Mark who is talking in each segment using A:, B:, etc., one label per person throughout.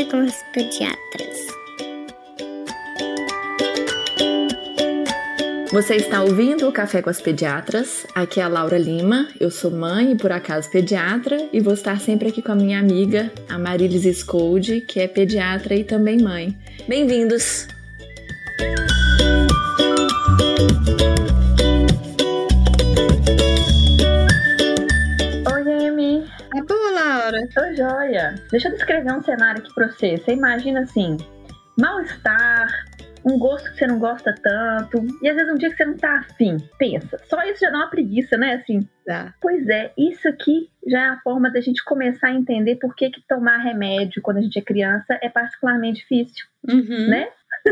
A: com as Pediatras.
B: Você está ouvindo o Café com as Pediatras? Aqui é a Laura Lima, eu sou mãe e por acaso pediatra e vou estar sempre aqui com a minha amiga, a Marilis Scoldi, que é pediatra e também mãe. Bem-vindos!
C: Oi, Amy.
D: Tá boa, Laura?
C: Tô joia. Deixa eu descrever um cenário aqui pra você. Você imagina assim, mal-estar, um gosto que você não gosta tanto, e às vezes um dia que você não tá afim. Pensa, só isso já dá uma preguiça, né? Assim,
D: Tá.
C: Pois é, isso aqui já é a forma da gente começar a entender por que tomar remédio quando a gente é criança é particularmente difícil, né?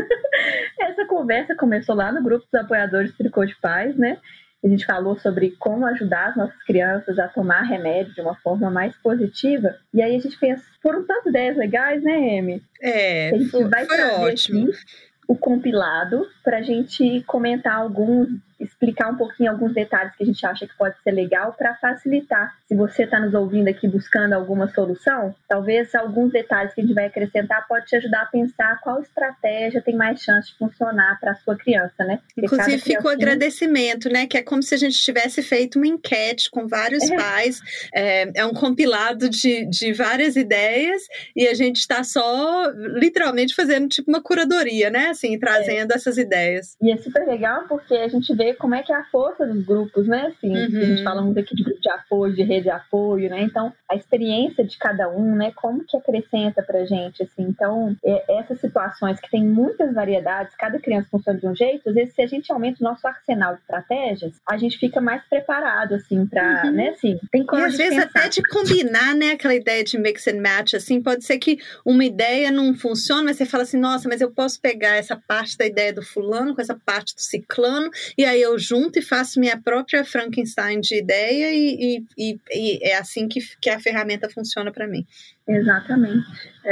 C: Essa conversa começou lá no grupo dos apoiadores Tricô de Pais, né? A gente falou sobre como ajudar as nossas crianças a tomar remédio de uma forma mais positiva. E aí a gente pensa, foram tantas ideias legais, né, Amy?
D: É,
C: A gente vai
D: foi
C: trazer
D: ótimo.
C: aqui o compilado para a gente comentar alguns, explicar um pouquinho alguns detalhes que a gente acha que pode ser legal para facilitar. Se você está nos ouvindo aqui buscando alguma solução, talvez alguns detalhes que a gente vai acrescentar pode te ajudar a pensar qual estratégia tem mais chance de funcionar para a sua criança, né? Porque
D: Inclusive, fica o
C: criancinha...
D: agradecimento, né? Que é como se a gente tivesse feito uma enquete com vários pais. É um compilado de várias ideias e a gente está só, literalmente, fazendo tipo uma curadoria, né? Assim, trazendo essas ideias.
C: E é super legal porque a gente vê como é que é a força dos grupos, né? Assim, a gente fala muito aqui de grupo de apoio, de rede de apoio, né? Então, a experiência de cada um, né? Como que acrescenta pra gente, assim. Então, essas situações que tem muitas variedades, cada criança funciona de um jeito, às vezes, se a gente aumenta o nosso arsenal de estratégias, a gente fica mais preparado, assim, pra, né? Assim, tem como
D: e às vezes
C: pensar.
D: até de combinar, né? Aquela ideia de mix and match, assim, pode ser que uma ideia não funcione, mas você fala assim, nossa, mas eu posso pegar essa parte da ideia do fulano com essa parte do ciclano, e aí eu junto e faço minha própria Frankenstein de ideia e é assim que a ferramenta funciona para mim.
C: Exatamente,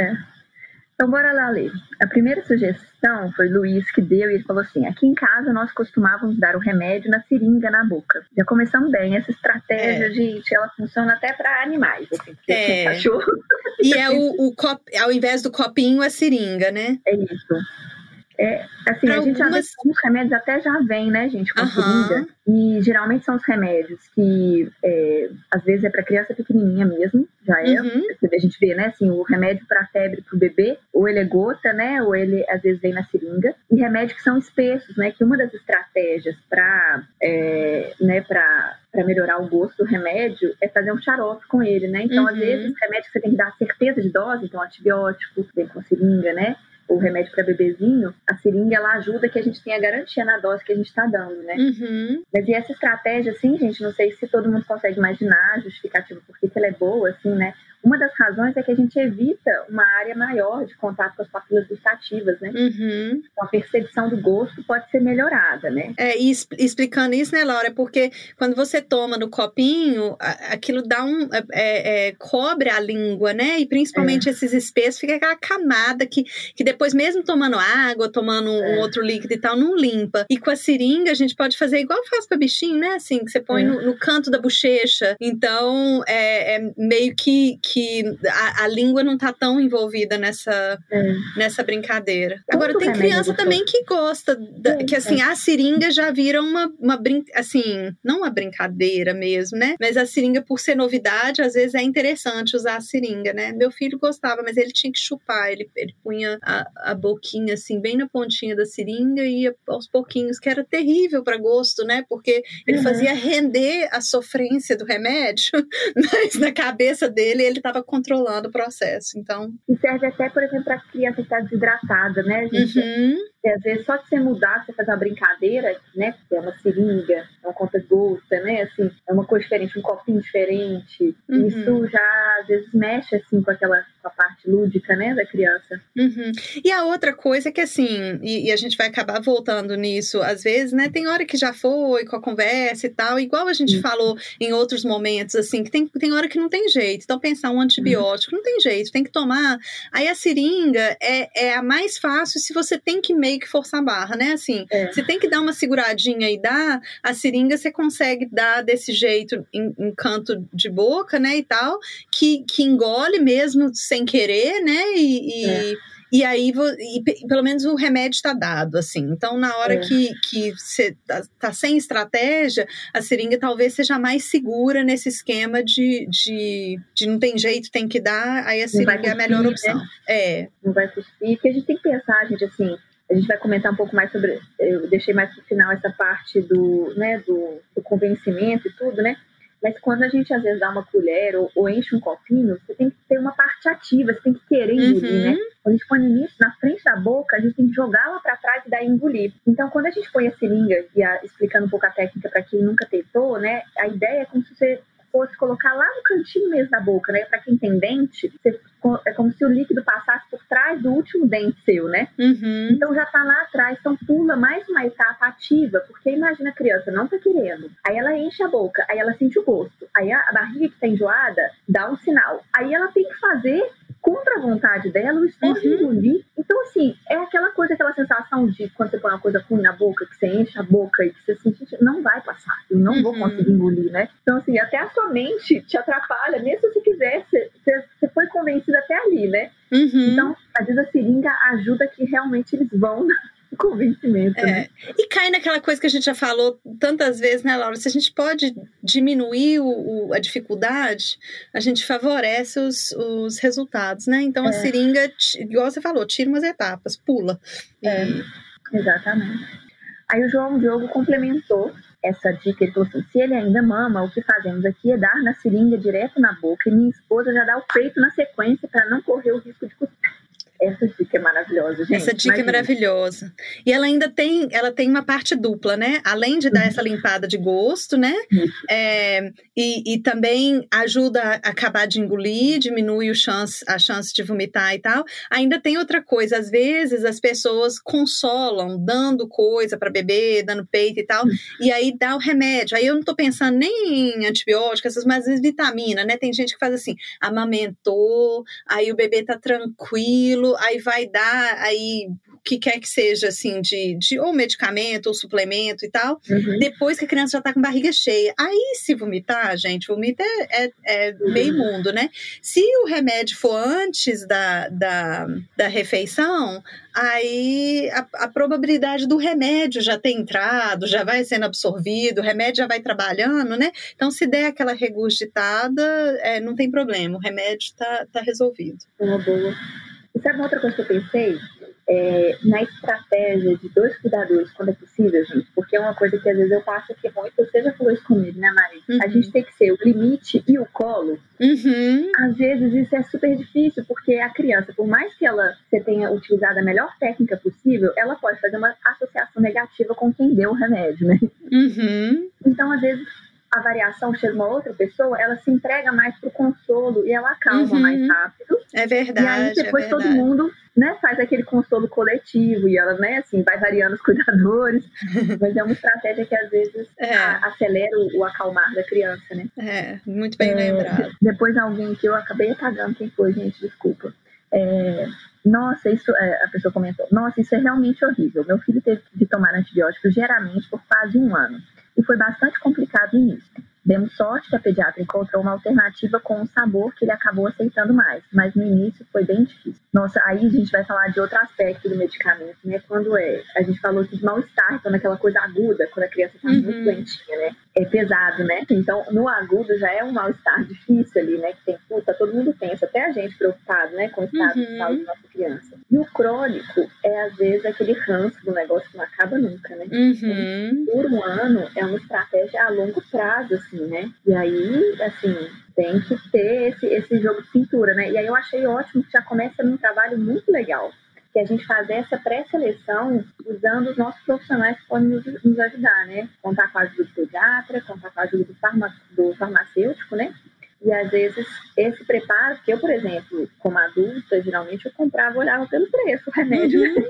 C: Então, bora lá ler. A primeira sugestão foi o Luiz que deu e ele falou assim, aqui em casa nós costumávamos dar o remédio na seringa na boca. Já começamos bem, essa estratégia, gente, ela funciona até para animais, assim, porque tem cachorro.
D: E é o copo, ao invés do copinho, a seringa, né?
C: É isso. Assim, a gente já vê que alguns remédios até já vem, né, gente, com seringa. E geralmente são os remédios que, às vezes, é para criança pequenininha mesmo, já é. A gente vê, né, assim, o remédio para febre para o bebê, ou ele é gota, né, ou ele, às vezes, vem na seringa. E remédios que são espessos, né, que uma das estratégias para melhorar o gosto do remédio é fazer um xarope com ele, né. Então, às vezes, os remédios que você tem que dar certeza de dose, então, antibiótico, vem com seringa, né. O remédio para bebezinho, a seringa, ela ajuda que a gente tenha garantia na dose que a gente está dando, né? Mas e essa estratégia, assim, gente, não sei se todo mundo consegue imaginar a justificativa por que ela é boa, assim, né? Uma das razões é que a gente evita uma área maior de contato com as papilas gustativas, né? Então, a percepção do gosto pode ser melhorada, né?
D: E explicando isso, né, Laura? Porque quando você toma no copinho, aquilo dá cobre a língua, né? E principalmente esses espessos, fica aquela camada que depois, mesmo tomando água, tomando um outro líquido e tal, não limpa. E com a seringa, a gente pode fazer igual faz para bichinho, né? Assim, que você põe no canto da bochecha. Então, meio que a língua não tá tão envolvida nessa brincadeira. Agora, tem criança também que gosta, que assim, a seringa já vira assim, não uma brincadeira mesmo, né? Mas a seringa, por ser novidade, às vezes é interessante usar a seringa, né? Meu filho gostava, mas ele tinha que chupar, ele punha a boquinha assim, bem na pontinha da seringa e ia aos pouquinhos, que era terrível para gosto, né? Porque ele fazia render a sofrência do remédio, mas na cabeça dele, ele estava controlando o processo, então...
C: E serve até, por exemplo, para a criança que está desidratada, né, gente? E às vezes só de você mudar, você fazer uma brincadeira, né? Que é uma seringa, é uma conta-gota, né? Assim, é uma coisa diferente, um copinho diferente. Isso já, às vezes, mexe, assim, com a parte lúdica, né? Da criança.
D: E a outra coisa é que, assim, e a gente vai acabar voltando nisso, às vezes, né? Tem hora que já foi com a conversa e tal, igual a gente falou em outros momentos, assim, que tem hora que não tem jeito. Então, pensar um antibiótico, não tem jeito, tem que tomar. Aí a seringa é a mais fácil se você tem que meio que forçar a barra, né? Assim, você tem que dar uma seguradinha e dar, a seringa você consegue dar desse jeito em canto de boca, né, e tal, que engole mesmo sem querer, né, e aí pelo menos o remédio está dado, assim. Então, na hora que você tá sem estratégia, a seringa talvez seja mais segura nesse esquema de não tem jeito, tem que dar, aí a seringa é a melhor opção.
C: Né? Não vai cuspir, porque a gente tem que pensar, gente, assim, a gente vai comentar um pouco mais sobre, eu deixei mais pro final essa parte do convencimento e tudo, né? Mas quando a gente, às vezes, dá uma colher ou enche um copinho, você tem que ter uma parte ativa, você tem que querer engolir, né? Quando a gente põe no início, na frente da boca, a gente tem que jogar ela para trás e daí engolir. Então, quando a gente põe a seringa, explicando um pouco a técnica para quem nunca tentou, né? A ideia é como se você fosse colocar lá no cantinho mesmo da boca, né? Para quem tem dente, é como se o líquido passasse por trás do último dente seu, né? Então já tá lá atrás, então pula mais uma etapa ativa, porque imagina a criança não tá querendo, aí ela enche a boca, aí ela sente o gosto, aí a barriga que tá enjoada dá um sinal, aí ela tem que fazer contra a vontade dela o esforço de engolir. Então, assim, é aquela sensação de quando você põe uma coisa ruim na boca, que você enche a boca e que você sente, não vai passar, eu não vou conseguir engolir, né? Então, assim, até a sua mente te atrapalha, mesmo se você quiser, você foi convencido até ali, né? Então, às vezes a seringa ajuda que realmente eles vão convencimento, né?
D: E cai naquela coisa que a gente já falou tantas vezes, né, Laura? Se a gente pode diminuir a dificuldade, a gente favorece os resultados, né? Então a seringa, igual você falou, tira umas etapas, pula.
C: Exatamente. Aí o João Diogo complementou essa dica, ele falou assim, se ele ainda mama, o que fazemos aqui é dar na seringa direto na boca e minha esposa já dá o peito na sequência para não correr o risco de cuspir. Essa dica é maravilhosa, gente.
D: Essa dica é maravilhosa. E ela ainda tem uma parte dupla, né? Além de dar essa limpada de gosto, né? E também ajuda a acabar de engolir, diminui a chance de vomitar e tal. Ainda tem outra coisa. Às vezes as pessoas consolam, dando coisa para beber, dando peito e tal. E aí dá o remédio. Aí eu não tô pensando nem em antibióticos, mas às vezes vitamina, né? Tem gente que faz assim, amamentou, aí o bebê tá tranquilo, aí vai dar, aí o que quer que seja, assim, de ou medicamento, ou suplemento e tal, depois que a criança já tá com barriga cheia. Aí, se vomitar, gente, vomita é meio mundo, né? Se o remédio for antes da refeição, aí a probabilidade do remédio já ter entrado, já vai sendo absorvido, o remédio já vai trabalhando, né? Então, se der aquela regurgitada, não tem problema, o remédio tá resolvido.
C: Uma boa. E sabe uma outra coisa que eu pensei? Na estratégia de 2 cuidadores, quando é possível, gente, porque é uma coisa que às vezes eu passo aqui muito, você já falou isso comigo, né, Mari? A gente tem que ser o limite e o colo. Às vezes isso é super difícil, porque a criança, por mais que você tenha utilizado a melhor técnica possível, ela pode fazer uma associação negativa com quem deu o remédio, né? Então, às vezes, a variação chega uma outra pessoa, ela se entrega mais pro consolo e ela acalma mais rápido.
D: É verdade.
C: E aí depois todo mundo, né, faz aquele consolo coletivo e ela, né, assim, vai variando os cuidadores. Mas é uma estratégia que às vezes acelera o acalmar da criança, né?
D: Muito bem lembrado.
C: Depois alguém que eu acabei apagando quem foi, gente, desculpa. Nossa, a pessoa comentou, nossa, isso é realmente horrível. Meu filho teve de tomar antibióticos geralmente por quase 1 ano. E foi bastante complicado no início. Demos sorte que a pediatra encontrou uma alternativa com um sabor que ele acabou aceitando mais, mas no início foi bem difícil. Nossa, aí a gente vai falar de outro aspecto do medicamento, né? Quando a gente falou aqui de mal-estar, quando aquela coisa aguda, quando a criança está muito doentinha, né? É pesado, né? Então, no agudo já é um mal-estar difícil ali, né? Que tem puta, todo mundo pensa, até a gente preocupado, né? Com o estado de saúde da nossa criança. E o crônico às vezes, aquele ranço do negócio que não acaba nunca, né? Então, por 1 ano, é uma estratégia a longo prazo, assim, né? E aí, assim, tem que ter esse jogo de cintura, né? E aí eu achei ótimo que já começa num trabalho muito legal, que a gente fazer essa pré-seleção usando os nossos profissionais que podem nos ajudar, né? Contar com a ajuda do pediatra, contar com a ajuda do farmacêutico, né? E às vezes esse preparo, porque eu, por exemplo, como adulta, geralmente eu comprava, olhava pelo preço, o remédio, né?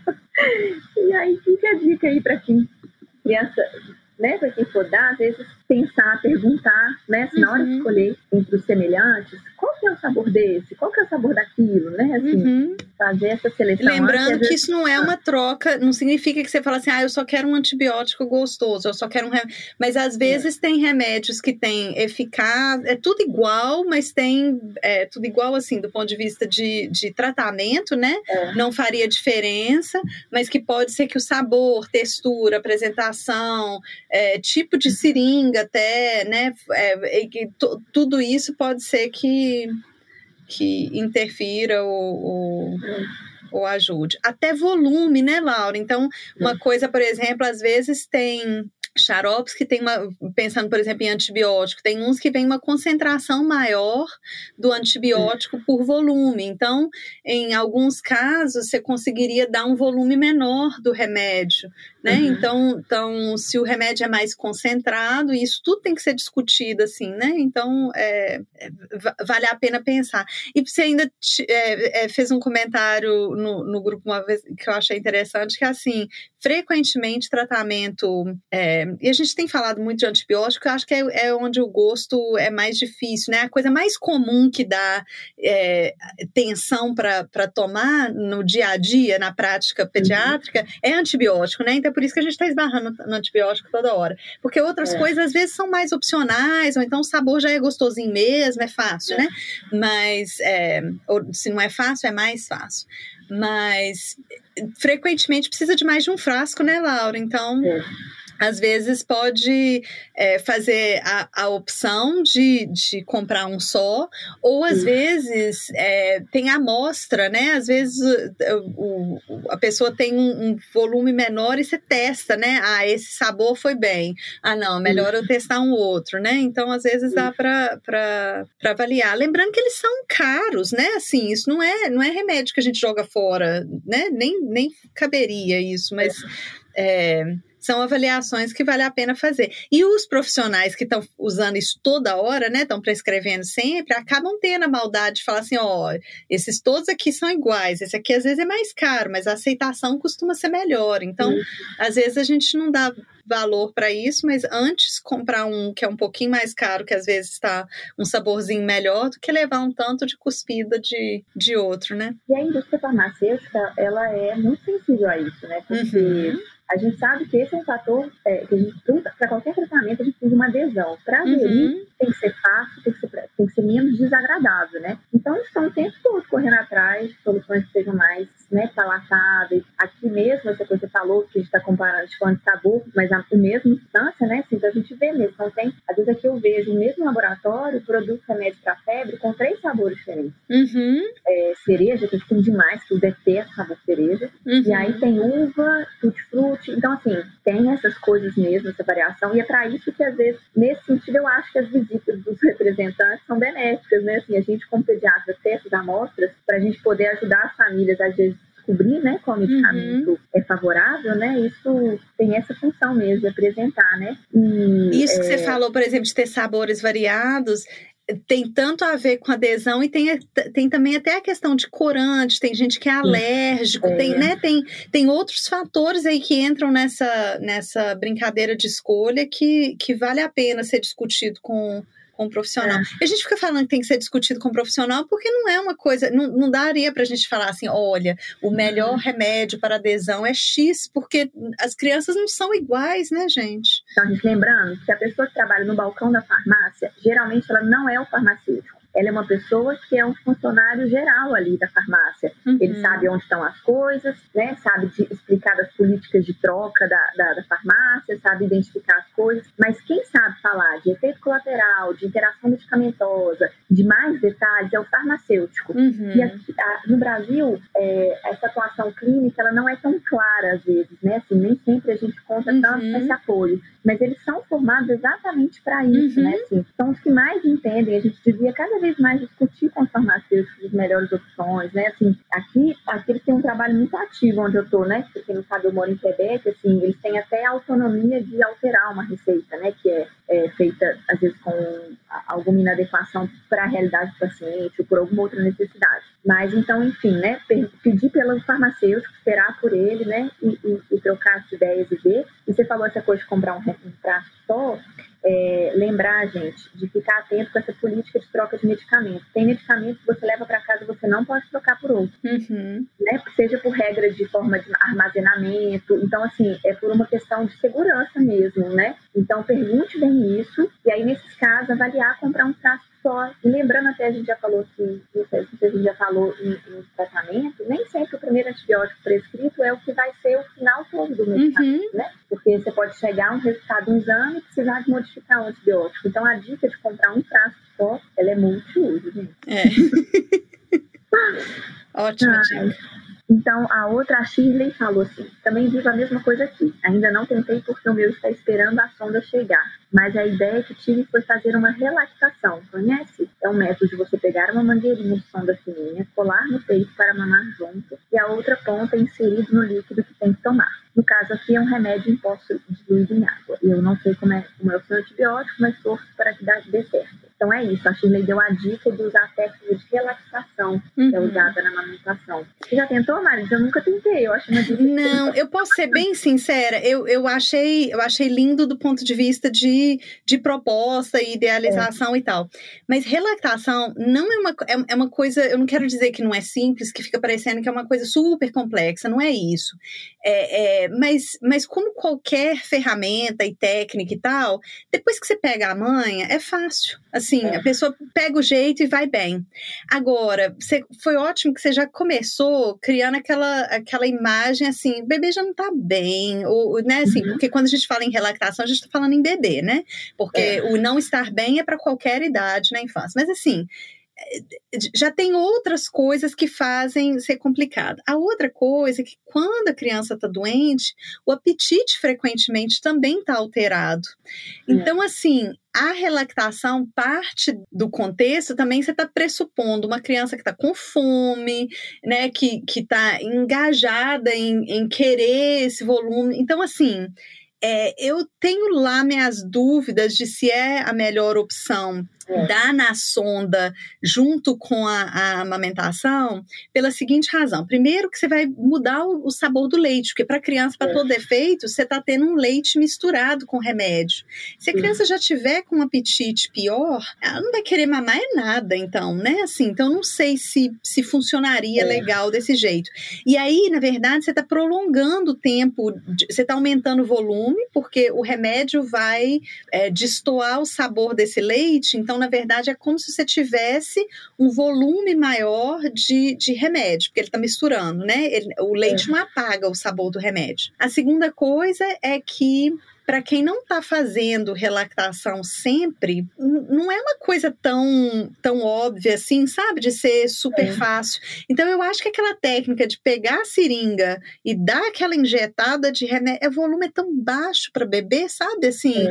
C: E aí fica a dica aí para quem criança, né, para quem for dar, às vezes pensar, perguntar, né? Assim, na hora de escolher entre os semelhantes, qual que é o sabor desse? Qual que é o sabor daquilo, né? Assim, fazer essa seleção.
D: Lembrando que isso não é uma troca, não significa que você fala assim, eu só quero um antibiótico gostoso, eu só quero um remédio. Mas às vezes tem remédios que têm eficácia, é tudo igual, mas tem tudo igual assim, do ponto de vista de tratamento, né? Não faria diferença, mas que pode ser que o sabor, textura, apresentação, tipo de seringa até, né? Tudo isso pode ser que interfira ou ajude. Até volume, né, Laura? Então, uma coisa, por exemplo, às vezes tem xaropes que tem pensando, por exemplo, em antibiótico, tem uns que vem uma concentração maior do antibiótico por volume. Então, em alguns casos, você conseguiria dar um volume menor do remédio, né? Então, se o remédio é mais concentrado, isso tudo tem que ser discutido, assim, né? Então, vale a pena pensar. E você ainda fez um comentário no grupo uma vez que eu achei interessante, que é assim, frequentemente tratamento, e a gente tem falado muito de antibiótico, eu acho que é onde o gosto é mais difícil, né? A coisa mais comum que dá tensão para tomar no dia a dia, na prática pediátrica, é antibiótico, né? Então é por isso que a gente está esbarrando no antibiótico toda hora. Porque outras coisas, às vezes, são mais opcionais, ou então o sabor já é gostosinho mesmo, é fácil, né? Mas, se não é fácil, é mais fácil. Mas, frequentemente, precisa de mais de um frasco, né, Laura? Então... Às vezes pode fazer a opção de comprar um só, ou às vezes tem amostra, né? Às vezes a pessoa tem um volume menor e você testa, né? Esse sabor foi bem. Não, melhor eu testar um outro, né? Então, às vezes dá para avaliar. Lembrando que eles são caros, né? Assim, isso não é remédio que a gente joga fora, né? Nem caberia isso, mas... são avaliações que vale a pena fazer. E os profissionais que estão usando isso toda hora, né, estão prescrevendo sempre, acabam tendo a maldade de falar assim, esses todos aqui são iguais, esse aqui às vezes é mais caro, mas a aceitação costuma ser melhor. Então, às vezes a gente não dá valor para isso, mas antes comprar um que é um pouquinho mais caro, que às vezes está um saborzinho melhor, do que levar um tanto de cuspida de outro, né?
C: E a indústria farmacêutica, ela é muito sensível a isso, né? Porque... A gente sabe que esse é um fator que a gente, para qualquer tratamento, a gente precisa de uma adesão. Para aderir, tem que ser fácil, tem que ser menos desagradável, né? Então, eles estão o tempo todo correndo atrás de soluções que sejam mais, né, palatáveis. Aqui mesmo, essa coisa que você falou, que a gente está comparando, falando de sabor, mas a mesma substância, né? Assim, então, a gente vê mesmo. Então, às vezes aqui eu vejo o mesmo laboratório, produz remédio para febre com 3 sabores diferentes. Cereja, que tem demais, que eu detesto sabor cereja. E aí tem uva, tutti-frutti. Então, assim, tem essas coisas mesmo, essa variação, e é para isso que, às vezes, nesse sentido, eu acho que as visitas dos representantes são benéficas, né? Assim, a gente, como pediatra, tem essas amostras para a gente poder ajudar as famílias, às vezes, descobrir, né, qual medicamento é favorável, né? Isso tem essa função mesmo, de apresentar, né?
D: Isso que você falou, por exemplo, de ter sabores variados, tem tanto a ver com adesão e tem também até a questão de corante, tem gente que é alérgico, tem outros fatores aí que entram nessa brincadeira de escolha que vale a pena ser discutido com um profissional. E a gente fica falando que tem que ser discutido com um profissional porque não é uma coisa, não daria pra gente falar assim, olha, o melhor remédio para adesão é X, porque as crianças não são iguais, né, gente?
C: Então, a gente lembrando que a pessoa que trabalha no balcão da farmácia, geralmente ela não é o farmacêutico. Ela é uma pessoa que é um funcionário geral ali da farmácia. Ele sabe onde estão as coisas, né? Sabe explicar as políticas de troca da farmácia, sabe identificar as coisas. Mas quem sabe falar de efeito colateral, de interação medicamentosa, de mais detalhes, é o farmacêutico. E aqui, no Brasil, essa atuação clínica ela não é tão clara às vezes, né? Assim, nem sempre a gente conta tanto com esse apoio. Mas eles são formados exatamente para isso, né? Assim, são os que mais entendem. A gente devia cada vez mais discutir com os farmacêuticos as melhores opções, né? Assim, aqui eles têm um trabalho muito ativo onde eu tô, né? Porque quem não sabe, eu moro em Quebec, assim, eles têm até a autonomia de alterar uma receita, né? Que é feita, às vezes, com alguma inadequação para a realidade do paciente ou por alguma outra necessidade. Mas, então, enfim, né? Pedir pelo farmacêutico, esperar por ele, né? E trocar as ideias e ver. E você falou essa coisa de comprar um frasco só. lembrar a gente de ficar atento com essa política de troca de medicamentos. Tem medicamentos que você leva para casa e você não pode trocar por outro, né? Seja por regra de forma de armazenamento. Então, assim, é por uma questão de segurança mesmo, né? Então, pergunte bem isso e aí, nesses casos, avaliar comprar um frasco só. E lembrando, até a gente já falou que, não sei se a gente já falou em tratamento, nem sempre o primeiro antibiótico prescrito é o que vai ser o final todo do medicamento, né? Porque você pode chegar a um resultado de um exame e precisar de modificar um antibiótico. Então, a dica de comprar um frasco só, ela é multiuso, gente.
D: Ótima dica.
C: Então, a outra, a Shirley, falou assim: também digo a mesma coisa aqui. Ainda não tentei porque o meu está esperando a sonda chegar. Mas a ideia que tive foi fazer uma relactação. Conhece? É um método de você pegar uma mangueirinha de sonda fininha, colar no peito para mamar junto e a outra ponta inserido no líquido que tem que tomar. No caso aqui, é um remédio imposto diluído em água. E eu não sei como é o seu antibiótico, mas torço para que dê certo. Então é isso, a Shirley deu a dica de usar a técnica de relaxação, que é usada na amamentação. Você já tentou, Maris? Eu nunca tentei, eu acho uma dica.
D: Não, eu posso ser bem sincera, eu achei lindo do ponto de vista de proposta e idealização e tal. Mas relactação não é uma coisa, eu não quero dizer que não é simples, que fica parecendo que é uma coisa super complexa, não é isso. Mas como qualquer ferramenta e técnica e tal, depois que você pega a manha, é fácil. Assim, a pessoa pega o jeito e vai bem. Agora, foi ótimo que você já começou criando aquela imagem assim, o bebê já não tá bem, ou, né, assim, porque quando a gente fala em relactação, a gente tá falando em bebê, né? Porque o não estar bem é para qualquer idade na infância. Mas assim, já tem outras coisas que fazem ser complicado. A outra coisa é que quando a criança está doente, o apetite frequentemente também está alterado. Então, assim, a relactação parte do contexto também, você está pressupondo uma criança que está com fome, né, que está engajada em querer esse volume. Então, assim, eu tenho lá minhas dúvidas de se é a melhor opção dar na sonda junto com a amamentação pela seguinte razão. Primeiro que você vai mudar o sabor do leite, porque para a criança, para todo efeito, você está tendo um leite misturado com remédio. Se a criança já tiver com um apetite pior, ela não vai querer mamar nada, então, né? Assim, então, não sei se funcionaria legal desse jeito. E aí, na verdade, você está prolongando o tempo, você está aumentando o volume, porque o remédio vai destoar o sabor desse leite. Então, na verdade, é como se você tivesse um volume maior de remédio, porque ele está misturando, né? O leite não apaga o sabor do remédio. A segunda coisa é que, para quem não está fazendo relactação sempre, não é uma coisa tão óbvia assim, sabe? De ser super fácil. Então, eu acho que aquela técnica de pegar a seringa e dar aquela injetada de remédio, o volume é tão baixo para bebê, sabe? Assim,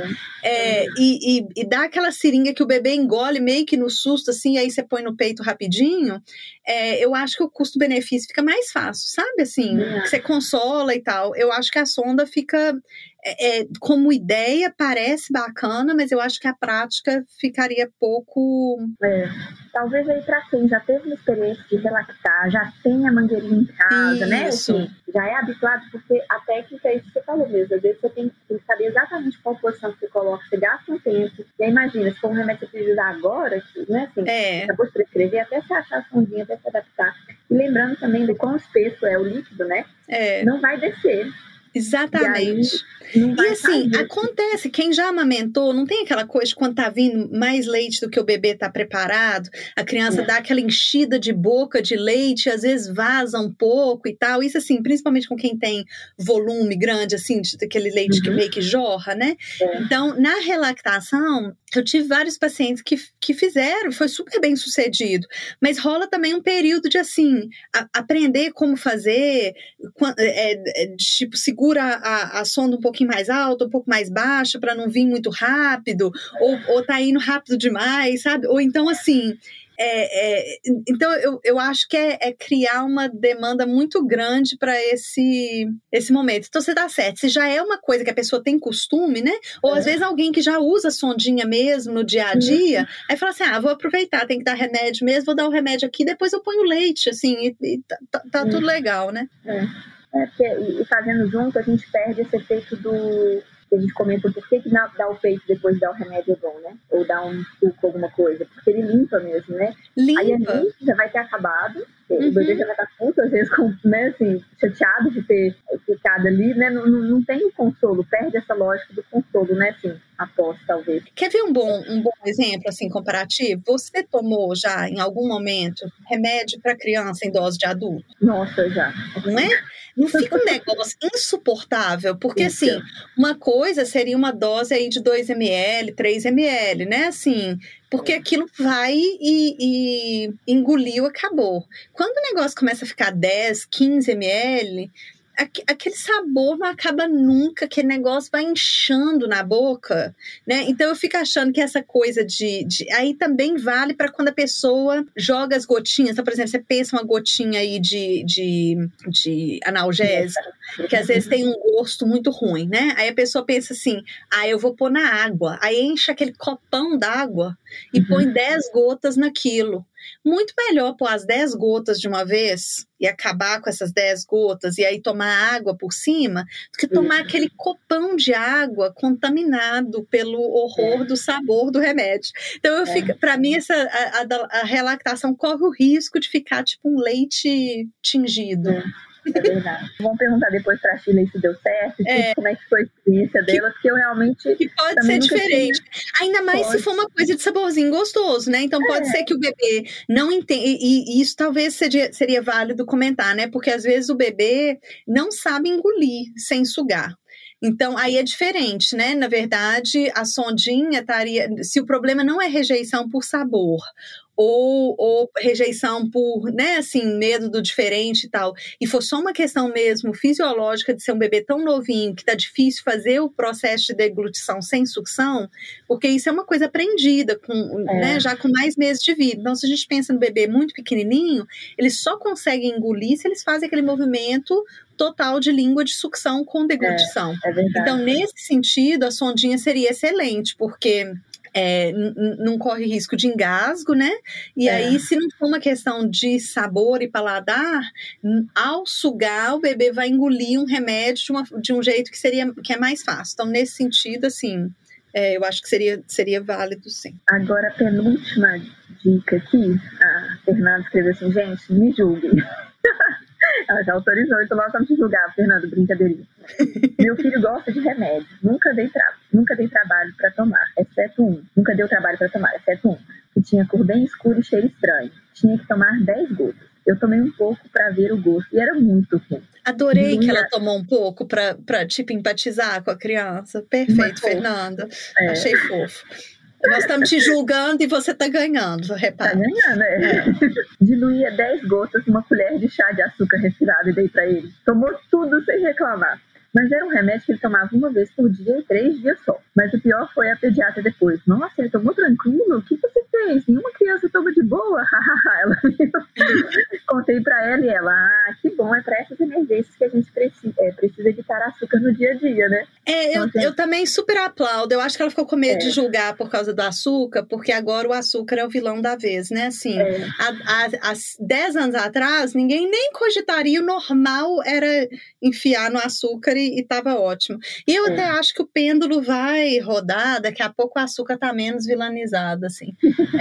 D: e dar aquela seringa que o bebê engole meio que no susto, assim, aí você põe no peito rapidinho, eu acho que o custo-benefício fica mais fácil, sabe? Assim, que você consola e tal. Eu acho que a sonda fica... como ideia parece bacana, mas eu acho que a prática ficaria pouco...
C: Talvez aí para quem já teve uma experiência de relactar, já tem a mangueirinha em casa, né? Assim, já é habituado, porque a técnica é isso que você falou mesmo. Às vezes você tem que saber exatamente qual posição que você coloca, você gasta um tempo. E aí imagina, se for um remédio que você precisa usar agora, né? Assim, acabou de prescrever, até você achar a sondinha, até se adaptar. E lembrando também de quão espesso é o líquido, né? Não vai descer.
D: Exatamente. E assim, acontece, quem já amamentou, não tem aquela coisa de quando tá vindo mais leite do que o bebê tá preparado, a criança dá aquela enchida de boca de leite, às vezes vaza um pouco e tal. Isso assim, principalmente com quem tem volume grande, assim, daquele leite que meio que jorra, né? Então, na relactação, eu tive vários pacientes que fizeram, foi super bem sucedido, mas rola também um período de, assim, aprender como fazer, tipo, segura a sonda um pouquinho mais alta, um pouco mais baixa, para não vir muito rápido, ou tá indo rápido demais, sabe? Ou então, assim... então, eu acho que é criar uma demanda muito grande para esse momento. Então, você dá certo. Se já é uma coisa que a pessoa tem costume, né? Ou, às vezes, alguém que já usa sondinha mesmo no dia a dia, aí fala assim, vou aproveitar, tem que dar remédio mesmo, vou dar o remédio aqui, depois eu ponho leite, assim, e tá tudo legal, né?
C: Porque, e fazendo junto, a gente perde esse efeito a gente comenta por que dar o peito depois de dar o remédio é bom, né? Ou dar um suco, alguma coisa. Porque ele limpa mesmo, né?
D: Limpa.
C: Aí ali já vai ter acabado. O bebê já vai estar puto, às vezes, né, assim, chateado de ter ficado ali, né? Não tem o consolo, perde essa lógica do consolo, né? Assim, após, talvez.
D: Quer ver um bom exemplo, assim, comparativo? Você tomou já, em algum momento, remédio para criança em dose de adulto?
C: Nossa, já.
D: Não é? Não fica um negócio insuportável, porque, assim, uma coisa seria uma dose aí de 2 ml, 3 ml, né? Assim, porque aquilo vai e engoliu, acabou. Quando o negócio começa a ficar 10, 15 ml, aquele sabor não acaba nunca, aquele negócio vai inchando na boca, né? Então eu fico achando que essa coisa aí também vale para quando a pessoa joga as gotinhas. Então, por exemplo, você pensa uma gotinha aí de analgésico, que às vezes tem um gosto muito ruim, né? Aí a pessoa pensa assim, eu vou pôr na água. Aí enche aquele copão d'água e põe 10 gotas naquilo. Muito melhor pôr as 10 gotas de uma vez e acabar com essas 10 gotas e aí tomar água por cima, do que tomar aquele copão de água contaminado pelo horror do sabor do remédio. Então eu fico, para mim a relactação corre o risco de ficar tipo um leite tingido.
C: É verdade. Vamos perguntar depois pra Sheila se deu certo, como é que foi a experiência dela, porque eu realmente...
D: Que pode ser diferente. Ainda mais se for uma coisa de saborzinho gostoso, né? Então pode ser que o bebê não entenda, e isso talvez seria válido comentar, né? Porque às vezes o bebê não sabe engolir sem sugar. Então, aí é diferente, né? Na verdade, a sondinha estaria... Se o problema não é rejeição por sabor, ou rejeição por, né, assim, medo do diferente e tal, e for só uma questão mesmo fisiológica de ser um bebê tão novinho que tá difícil fazer o processo de deglutição sem sucção, porque isso é uma coisa aprendida, né, já com mais meses de vida. Então, se a gente pensa no bebê muito pequenininho, eles só conseguem engolir se eles fazem aquele movimento total de língua de sucção com deglutição. Então, nesse sentido, a sondinha seria excelente, porque... não corre risco de engasgo, né? E aí, se não for uma questão de sabor e paladar, ao sugar, o bebê vai engolir um remédio de um jeito que é mais fácil. Então, nesse sentido, assim, eu acho que seria válido, sim.
C: Agora, a penúltima dica aqui, a Fernanda escreveu assim, gente, me julguem. Ela já autorizou, então nós vamos te julgar, Fernando, brincadeirinha. Meu filho gosta de remédio, nunca dei trabalho para tomar, exceto um. Nunca deu trabalho para tomar, exceto um, que tinha cor bem escura e cheiro estranho. Tinha que tomar 10 gotas. Eu tomei um pouco para ver o gosto e era muito ruim.
D: Adorei que ela tomou um pouco para tipo, empatizar com a criança. Perfeito, Fernanda. Achei fofo. Nós estamos te julgando e você está ganhando, repara.
C: Está ganhando, Diluía 10 gotas numa colher de chá de açúcar refinado e dei para ele. Tomou tudo sem reclamar. Mas era um remédio que ele tomava uma vez por dia e 3 dias só. Mas o pior foi a pediatra depois. Nossa, ele tomou tranquilo? O que você fez? Nenhuma criança toma de boa? Ela contei pra ela e ela, que bom, é pra essas emergências que a gente precisa evitar açúcar no dia a dia, né?
D: Então, eu também super aplaudo. Eu acho que ela ficou com medo de julgar por causa do açúcar, porque agora o açúcar é o vilão da vez, né? Assim, há 10 anos atrás, ninguém nem cogitaria, o normal era enfiar no açúcar e tava ótimo. E eu até acho que o pêndulo vai rodar, daqui a pouco o açúcar tá menos vilanizado, assim.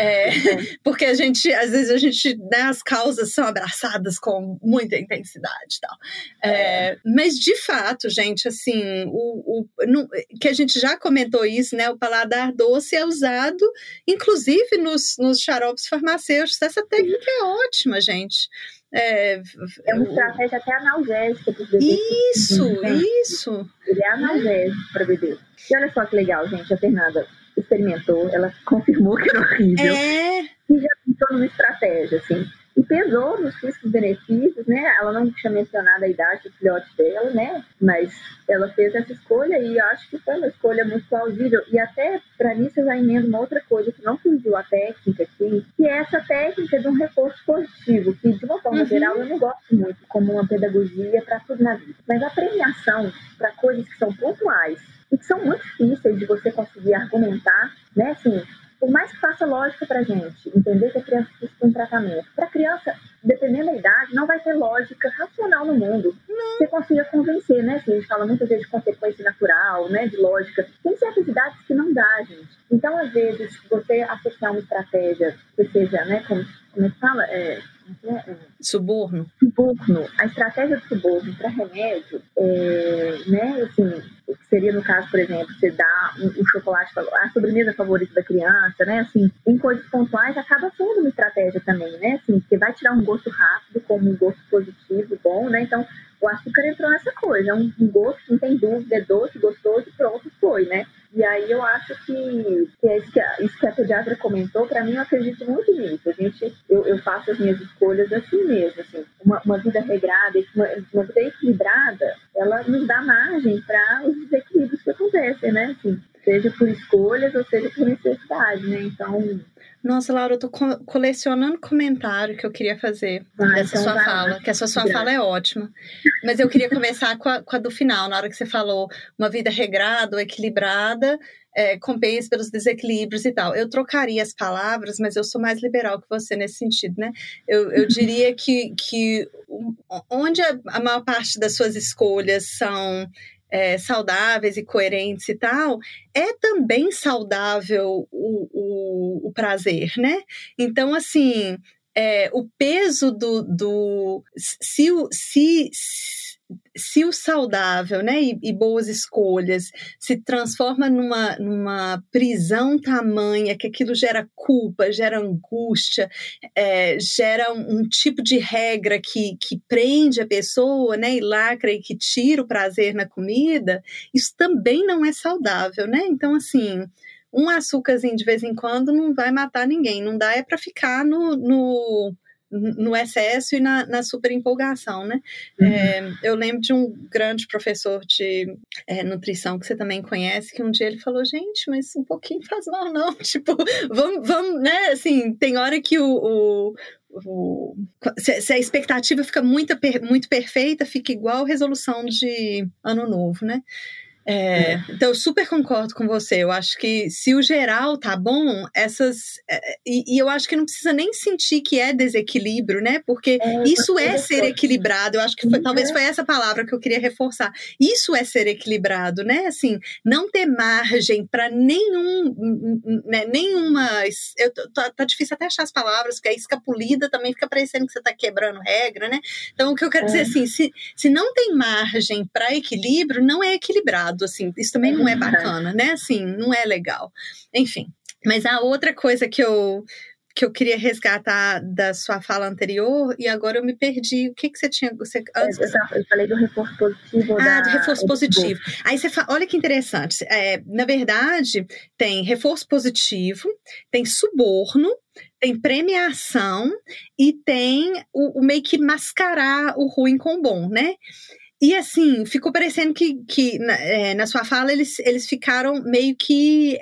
D: Porque às vezes a gente, né, as causas são abraçadas com muita intensidade e tal. Mas de fato, gente, assim, que a gente já comentou isso, né? O paladar doce é usado, inclusive nos xaropes farmacêuticos. Essa técnica é ótima, gente.
C: É uma estratégia até analgésica para os bebês.
D: Isso.
C: Ele é analgésico para bebê. E olha só que legal, gente. A Fernanda experimentou, ela confirmou que era horrível. E já pensou numa estratégia, assim. E pesou nos riscos-benefícios, né? Ela não tinha mencionado a idade do filhote dela, né? Mas ela fez essa escolha e eu acho que foi uma escolha muito plausível. E até, para mim, você já emenda uma outra coisa que não surgiu a técnica aqui, que é essa técnica de um reforço positivo, que, de uma forma geral, eu não gosto muito como uma pedagogia para tudo na vida. Mas a premiação para coisas que são pontuais e que são muito difíceis de você conseguir argumentar, né? Assim, por mais que faça lógica pra gente, entender que a criança precisa de um tratamento. Pra criança, dependendo da idade, não vai ter lógica racional no mundo. Você consiga convencer, né? Assim, a gente fala muitas vezes de consequência natural, né? De lógica. Tem certas idades que não dá, gente. Então, às vezes, você associar uma estratégia que seja, né? Como é que fala?
D: Suborno.
C: A estratégia do suborno para remédio, né? Assim, que seria, no caso, por exemplo, você dá um chocolate, a sobremesa favorita da criança, né? Assim, em coisas pontuais, acaba sendo uma estratégia também, né? Assim, você vai tirar um gosto rápido como um gosto positivo, bom, né? Então, o açúcar entrou nessa coisa, é um gosto, não tem dúvida, é doce, gostoso, pronto, foi, né? E aí eu acho que é isso que a pediatra comentou, para mim eu acredito muito nisso. Eu faço as minhas escolhas assim mesmo, assim, uma vida regrada, uma vida equilibrada, ela nos dá margem para os desequilíbrios que acontecem, né? Assim, seja por escolhas ou seja por necessidade, né? Então...
D: Nossa, Laura, eu tô colecionando comentário que eu queria fazer dessa
C: então
D: sua fala, que essa sua fala é ótima. Mas eu queria começar com a do final, na hora que você falou uma vida regrada ou equilibrada, compensa pelos desequilíbrios e tal. Eu trocaria as palavras, mas eu sou mais liberal que você nesse sentido, né? Eu diria que onde a maior parte das suas escolhas são... saudáveis e coerentes e tal, é também saudável o prazer, né? Então, assim, o peso se o saudável, né, e boas escolhas se transforma numa prisão tamanha que aquilo gera culpa, gera angústia, gera um tipo de regra que prende a pessoa, né, e lacra e que tira o prazer na comida, isso também não é saudável, né? Então, assim, um açúcarzinho de vez em quando não vai matar ninguém, não dá para ficar no excesso e na super empolgação, né? Eu lembro de um grande professor de nutrição que você também conhece, que um dia ele falou, gente, mas um pouquinho faz mal não, tipo, vamos, né, assim, tem hora que se a expectativa fica muito perfeita, fica igual resolução de ano novo, né? Então eu super concordo com você, eu acho que se o geral tá bom, e eu acho que não precisa nem sentir que é desequilíbrio, né, porque isso é ser equilibrado, eu acho que talvez foi essa palavra que eu queria reforçar, isso é ser equilibrado, né, assim, não ter margem para nenhuma, tá difícil até achar as palavras, porque a escapulida também fica parecendo que você tá quebrando regra, né, então o que eu quero dizer assim, se não tem margem para equilíbrio, não é equilibrado, assim, isso também não é bacana, né, assim, não é legal, enfim. Mas a outra coisa que eu queria resgatar da sua fala anterior, e agora eu me perdi, o que você tinha...
C: Eu falei do reforço positivo.
D: Do reforço positivo. Aí você fala, olha que interessante, na verdade, tem reforço positivo, tem suborno, tem premiação, e tem o meio que mascarar o ruim com o bom, né? E assim, ficou parecendo que na sua fala eles ficaram meio que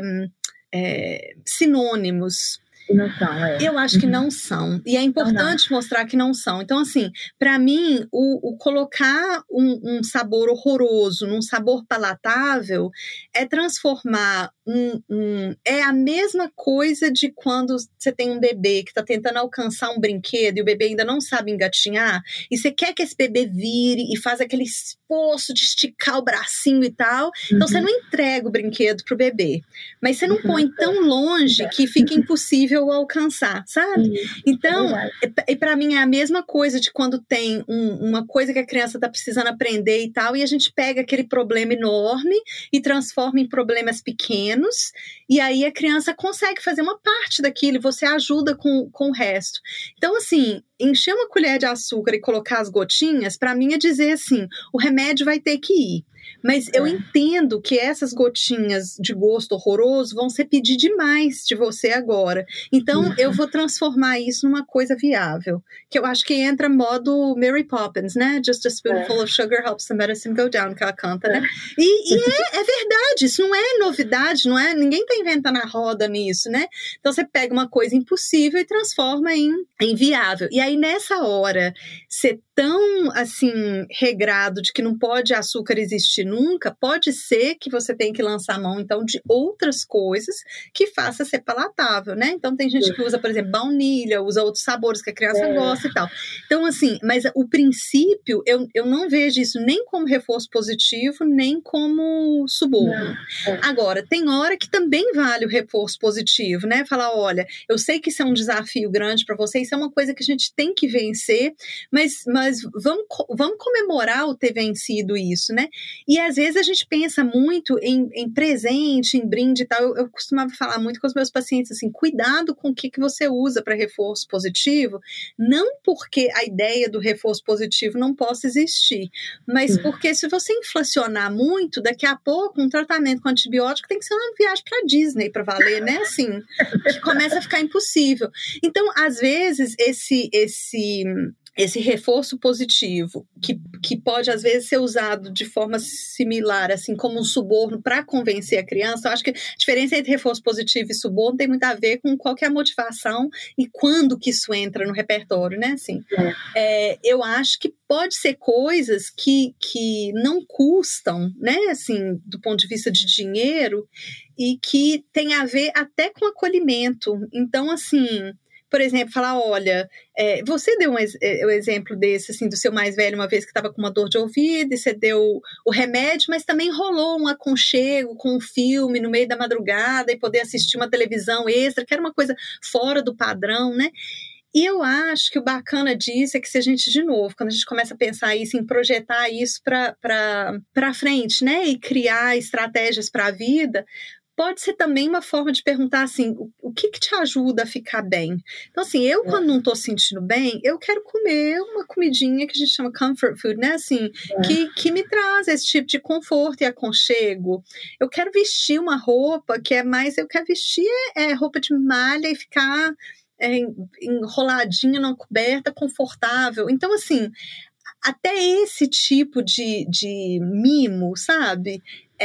D: sinônimos.
C: Não são,
D: Eu acho que não são. E é importante mostrar que não são. Então, assim, para mim, o colocar um sabor horroroso num sabor palatável é transformar é a mesma coisa de quando você tem um bebê que está tentando alcançar um brinquedo e o bebê ainda não sabe engatinhar, e você quer que esse bebê vire e faz aquele esforço de esticar o bracinho e tal, então você não entrega o brinquedo pro bebê, mas você não põe tão longe que fica impossível alcançar, sabe? Então, e para mim é a mesma coisa de quando tem uma coisa que a criança está precisando aprender e tal, e a gente pega aquele problema enorme e transforma em problemas pequenos, e aí a criança consegue fazer uma parte daquilo e você ajuda com o resto. Então, assim, encher uma colher de açúcar e colocar as gotinhas, para mim é dizer assim, o remédio vai ter que ir. Mas eu entendo que essas gotinhas de gosto horroroso vão ser pedir demais de você agora. Então, eu vou transformar isso numa coisa viável. Que eu acho que entra modo Mary Poppins, né? Just a spoonful of sugar helps the medicine go down, que ela canta, né? E é verdade, isso não é novidade, não é? Ninguém tá inventando a roda nisso, né? Então, você pega uma coisa impossível e transforma em viável. E aí, nessa hora, ser tão, assim, regrado de que não pode açúcar existir desistir nunca, pode ser que você tenha que lançar a mão, então, de outras coisas que faça ser palatável, né? Então, tem gente que usa, por exemplo, baunilha, usa outros sabores que a criança gosta e tal. Então, assim, mas o princípio, eu não vejo isso nem como reforço positivo, nem como suborno. Agora, tem hora que também vale o reforço positivo, né? Falar, olha, eu sei que isso é um desafio grande para você, isso é uma coisa que a gente tem que vencer, mas vamos comemorar o ter vencido isso, né? E às vezes a gente pensa muito em presente, em brinde e tal. Eu costumava falar muito com os meus pacientes assim, cuidado com o que você usa para reforço positivo, não porque a ideia do reforço positivo não possa existir, mas porque se você inflacionar muito, daqui a pouco um tratamento com antibiótico tem que ser uma viagem para Disney para valer, né? Assim, que começa a ficar impossível. Então, às vezes, esse reforço positivo, que pode às vezes ser usado de forma similar, assim como um suborno para convencer a criança, eu acho que a diferença entre reforço positivo e suborno tem muito a ver com qual que é a motivação e quando que isso entra no repertório, né? Assim, eu acho que pode ser coisas que não custam, né? Assim, do ponto de vista de dinheiro, e que tem a ver até com acolhimento. Então, assim, por exemplo, falar, olha, você deu o exemplo desse, assim, do seu mais velho, uma vez que estava com uma dor de ouvido, e você deu o remédio, mas também rolou um aconchego com um filme no meio da madrugada, e poder assistir uma televisão extra, que era uma coisa fora do padrão, né? E eu acho que o bacana disso é que se a gente, de novo, quando a gente começa a pensar isso, em projetar isso para frente, né? E criar estratégias para a vida, pode ser também uma forma de perguntar assim, o que te ajuda a ficar bem? Então, assim, eu quando não tô sentindo bem, eu quero comer uma comidinha que a gente chama comfort food, né? Assim, que me traz esse tipo de conforto e aconchego. Eu quero vestir uma roupa que é mais, eu quero vestir roupa de malha e ficar enroladinha numa coberta confortável. Então, assim, até esse tipo de mimo, sabe?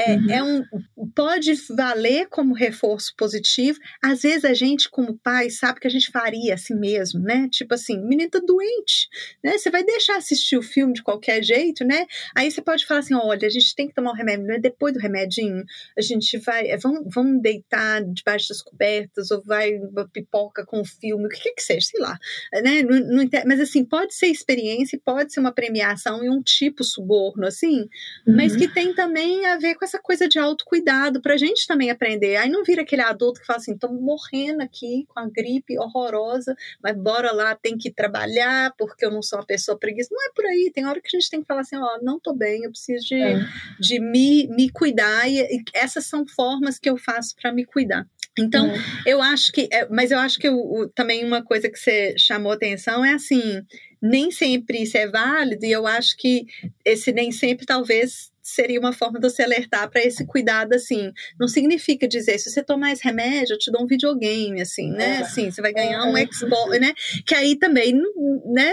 D: Pode valer como reforço positivo. Às vezes a gente, como pai, sabe que a gente faria assim mesmo, né? Tipo assim, o menino tá doente, né? Você vai deixar assistir o filme de qualquer jeito, né? Aí você pode falar assim, olha, a gente tem que tomar o remédio, né? Depois do remedinho, a gente vai, vamos deitar debaixo das cobertas, ou vai pipoca com o filme, o que seja, sei lá, né? Mas assim, pode ser experiência, pode ser uma premiação e um tipo suborno, assim, mas que tem também a ver com essa coisa de autocuidado, pra gente também aprender. Aí não vira aquele adulto que fala assim, tô morrendo aqui com a gripe horrorosa, mas bora lá, tem que trabalhar, porque eu não sou uma pessoa preguiçosa. Não é por aí, tem hora que a gente tem que falar assim, não tô bem, eu preciso de me cuidar, e essas são formas que eu faço para me cuidar. Então, eu acho que, mas eu acho que também uma coisa que você chamou atenção é assim, nem sempre isso é válido, e eu acho que esse nem sempre talvez seria uma forma de você alertar para esse cuidado, assim, não significa dizer, se você tomar esse remédio, eu te dou um videogame, assim, né, assim, você vai ganhar um Xbox, né, que aí também, né,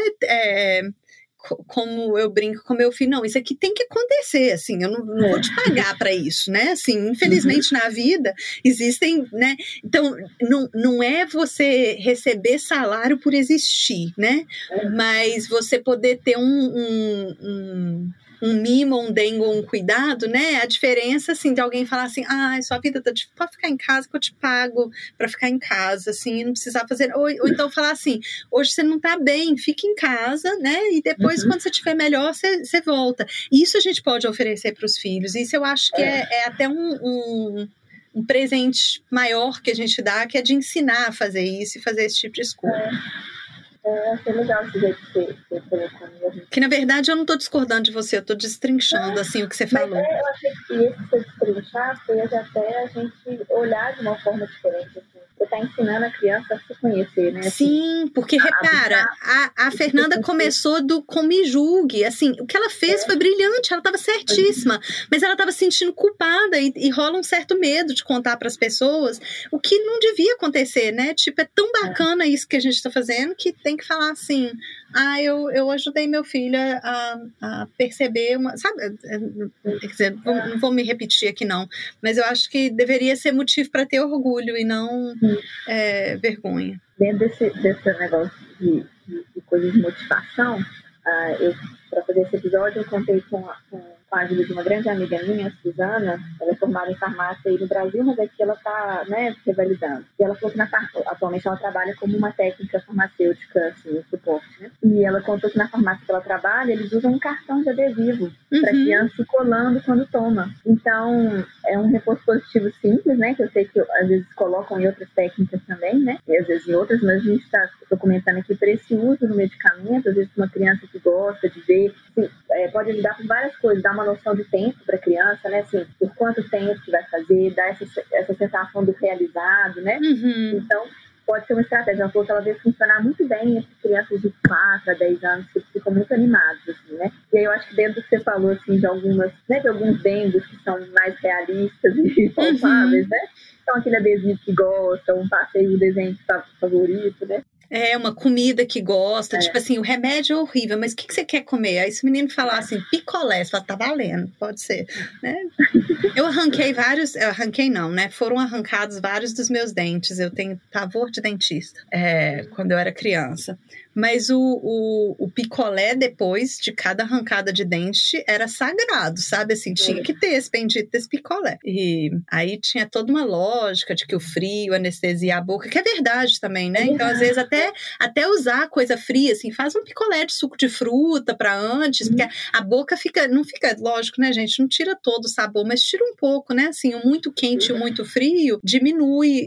D: como eu brinco com meu filho, não, isso aqui tem que acontecer, assim, eu não vou te pagar para isso, né, assim, infelizmente na vida existem, né, então não é você receber salário por existir, né, mas você poder ter um mimo, um dengo, um cuidado, né? A diferença, assim, de alguém falar assim, sua vida tá difícil, pode ficar em casa que eu te pago pra ficar em casa, assim, não precisar fazer, ou então falar assim, hoje você não tá bem, fica em casa, né? E depois, quando você estiver melhor, você volta. Isso a gente pode oferecer pros filhos, isso eu acho que é até um presente maior que a gente dá, que é de ensinar a fazer isso e fazer esse tipo de escolha.
C: Achei legal esse jeito que você colocou mesmo.
D: Que na verdade eu não estou discordando de você, eu estou destrinchando assim o que você falou.
C: Mas eu achei que esse seu destrinchar fez até a gente olhar de uma forma diferente, assim. Você está ensinando a criança a se conhecer, né?
D: Sim, porque repara, a Fernanda começou com me julgue, assim, o que ela fez foi brilhante, ela estava certíssima, mas ela estava se sentindo culpada e rola um certo medo de contar para as pessoas, o que não devia acontecer, né? Tipo, é tão bacana isso que a gente está fazendo que tem que falar assim, eu ajudei meu filho a perceber sabe, quer dizer, não vou me repetir aqui não, mas eu acho que deveria ser motivo para ter orgulho e não vergonha.
C: Dentro desse negócio de coisas de motivação, para fazer esse episódio eu contei com com a ajuda de uma grande amiga minha, a Suzana. Ela é formada em farmácia aí no Brasil, mas aqui ela está, né, revalidando. E ela falou que atualmente ela trabalha como uma técnica farmacêutica, assim, no suporte, né? E ela contou que na farmácia que ela trabalha, eles usam um cartão de adesivo para a criança ir colando quando toma. Então, é um reforço positivo simples, né? Que eu sei que às vezes colocam em outras técnicas também, né? E às vezes em outras, mas a gente está documentando aqui para esse uso no medicamento. Às vezes uma criança que gosta de ver, assim, pode ajudar por várias coisas, dar uma noção de tempo para a criança, né? Assim, por quanto tempo que vai fazer, dar essa sensação do realizado, né? Então, pode ser uma estratégia. Ela falou que ela vê funcionar muito bem entre crianças de 4 a 10 anos que ficam muito animados, assim, né? E aí eu acho que dentro do que você falou, assim, de algumas, né, de alguns dengos que são mais realistas e palpáveis, né? Então aquele adesivo que gosta, um passeio, o desenho favorito, né?
D: É, uma comida que gosta, tipo assim, o remédio é horrível, mas o que você quer comer? Aí se o menino falar assim, picolé, você fala, tá valendo, pode ser, né? Eu arranquei não, né? Foram arrancados vários dos meus dentes, eu tenho pavor de dentista, quando eu era criança. Mas o picolé, depois de cada arrancada de dente, era sagrado, sabe? Assim, tinha que ter esse bendito desse picolé. E aí tinha toda uma lógica de que o frio anestesia a boca, que é verdade também, né? Então, às vezes, até usar coisa fria, assim, faz um picolé de suco de fruta pra antes, porque a boca não fica, lógico, né, gente? Não tira todo o sabor, mas tira um pouco, né? Assim, o muito quente e o muito frio diminui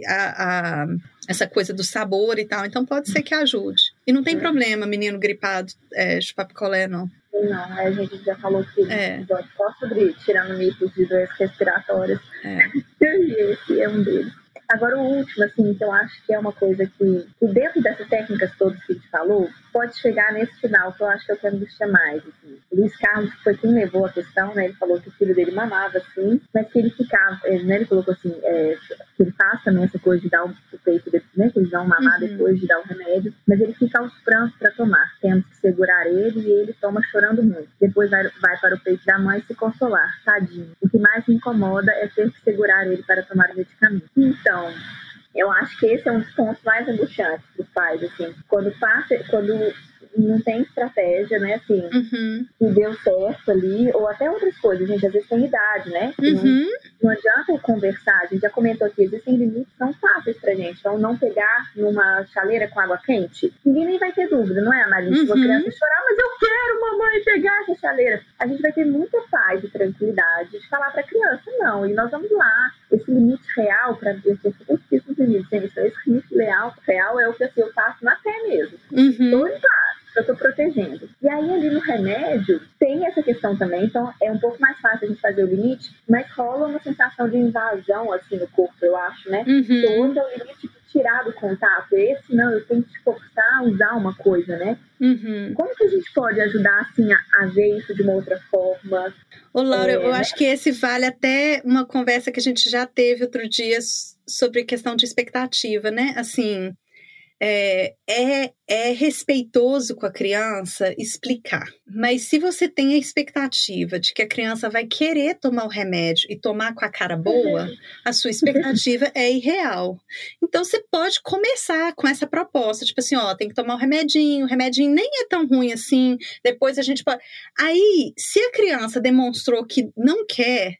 D: essa coisa do sabor e tal, então pode ser que ajude. E não tem problema, menino gripado, chupar picolé, não.
C: Não, a gente já falou que episódio só sobre tirando mitos de doenças respiratórias. E esse é um deles. Agora, o último, assim, que eu acho que é uma coisa que dentro dessas técnicas todas que a gente falou, pode chegar nesse final, que eu acho que eu quero angustia mais. Assim. O Luiz Carlos, que foi quem levou a questão, né? Ele falou que o filho dele mamava, assim, mas que ele ficava, né? Ele colocou assim, que ele faz também essa coisa de dar o peito, né? Que eles dão mamar depois de dar o remédio, mas ele fica aos prantos para tomar. Temos que segurar ele e ele toma chorando muito. Depois vai para o peito da mãe se consolar, tadinho. O que mais me incomoda é ter que segurar ele para tomar o medicamento. Então, eu acho que esse é um dos pontos mais angustiantes dos pais, assim, quando não tem estratégia, né, assim, que deu certo ali, ou até outras coisas, gente, às vezes tem idade, né, não adianta conversar, a gente já comentou aqui, existem limites que são fáceis pra gente, então não pegar numa chaleira com água quente, ninguém nem vai ter dúvida, não é, Maria? Se uma criança chorar, mas eu quero, mamãe, pegar essa chaleira, a gente vai ter muita paz e tranquilidade de falar pra criança, não, e nós vamos lá, esse limite real, para ver se eu esqueço os limites, esse limite real é o que assim, eu faço na fé mesmo, tô em paz. Eu tô protegendo. E aí, ali no remédio, tem essa questão também, então é um pouco mais fácil a gente fazer o limite, mas rola uma sensação de invasão, assim, no corpo, eu acho, né? Todo é o limite de tirar do contato. Esse, não, eu tenho que te forçar a usar uma coisa, né? Como que a gente pode ajudar, assim, a ver isso de uma outra forma?
D: Ô, Laura, eu acho que esse vale até uma conversa que a gente já teve outro dia sobre questão de expectativa, né? Assim, é respeitoso com a criança explicar. Mas se você tem a expectativa de que a criança vai querer tomar o remédio e tomar com a cara boa, a sua expectativa é irreal. Então você pode começar com essa proposta, tipo assim, ó, tem que tomar o remedinho nem é tão ruim assim, depois a gente pode... Aí, se a criança demonstrou que não quer,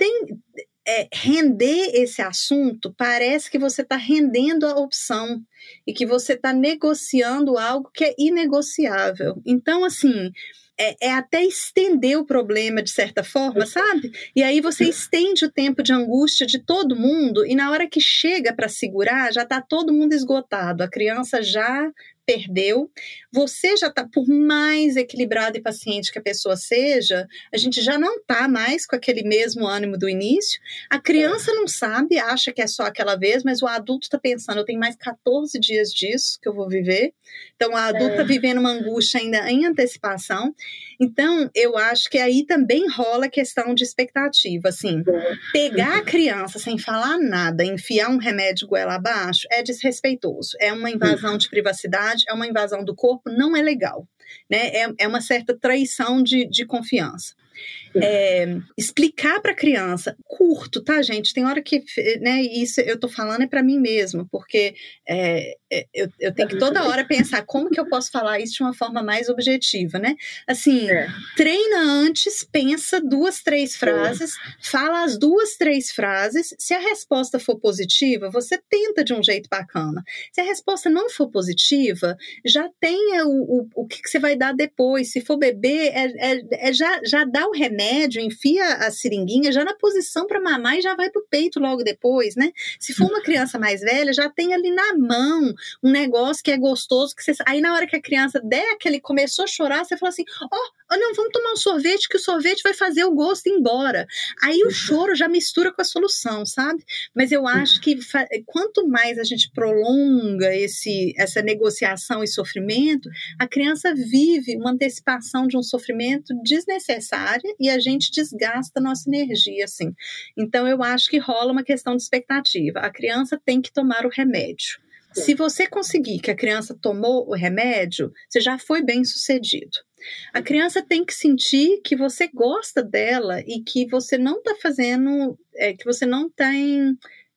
D: render esse assunto, parece que você está rendendo a opção e que você está negociando algo que é inegociável. Então, assim, até estender o problema de certa forma, sabe? E aí você estende o tempo de angústia de todo mundo e na hora que chega para segurar, já está todo mundo esgotado. A criança já perdeu, você já está, por mais equilibrado e paciente que a pessoa seja, a gente já não está mais com aquele mesmo ânimo do início, a criança não sabe, acha que é só aquela vez, mas o adulto está pensando, eu tenho mais 14 dias disso que eu vou viver, então a adulta está vivendo uma angústia ainda em antecipação, então eu acho que aí também rola a questão de expectativa, assim, pegar a criança sem falar nada, enfiar um remédio goela abaixo, é desrespeitoso, é uma invasão de privacidade, é uma invasão do corpo, não é legal, né? É uma certa traição de confiança. explicar para a criança, curto, tá, gente? Tem hora que, né, isso eu tô falando é para mim mesma, porque eu tenho que toda hora pensar como que eu posso falar isso de uma forma mais objetiva, né? Assim, treina antes, pensa 2, 3 frases, fala as 2, 3 frases, se a resposta for positiva, você tenta de um jeito bacana. Se a resposta não for positiva, já tenha o que você vai dar depois. Se for beber, já dá o remédio, enfia a seringuinha já na posição para mamar e já vai pro peito logo depois, né? Se for uma criança mais velha, já tem ali na mão um negócio que é gostoso, que aí na hora que a criança der aquele começou a chorar, você fala assim, não, vamos tomar um sorvete, que o sorvete vai fazer o gosto ir embora. Aí o choro já mistura com a solução, sabe? Mas eu acho que quanto mais a gente prolonga essa negociação e sofrimento, a criança vive uma antecipação de um sofrimento desnecessário e a gente desgasta a nossa energia, assim. Então eu acho que rola uma questão de expectativa. A criança tem que tomar o remédio. Se você conseguir que a criança tomou o remédio, você já foi bem sucedido. A criança tem que sentir que você gosta dela e que você não está fazendo, que você não tem...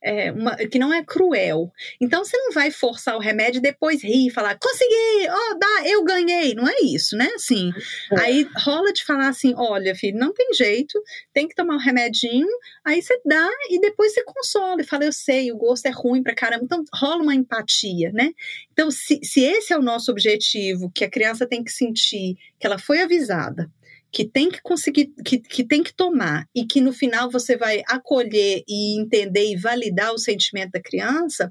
D: que não é cruel. Então você não vai forçar o remédio e depois rir e falar, consegui, eu ganhei. Não é isso, né? Assim, aí rola de falar assim, olha, filho, não tem jeito, tem que tomar um remedinho, aí você dá e depois você consola e fala, eu sei, o gosto é ruim pra caramba. Então rola uma empatia, né? Então se esse é o nosso objetivo, que a criança tem que sentir que ela foi avisada, que tem que conseguir, que tem que tomar, e que no final você vai acolher e entender e validar o sentimento da criança,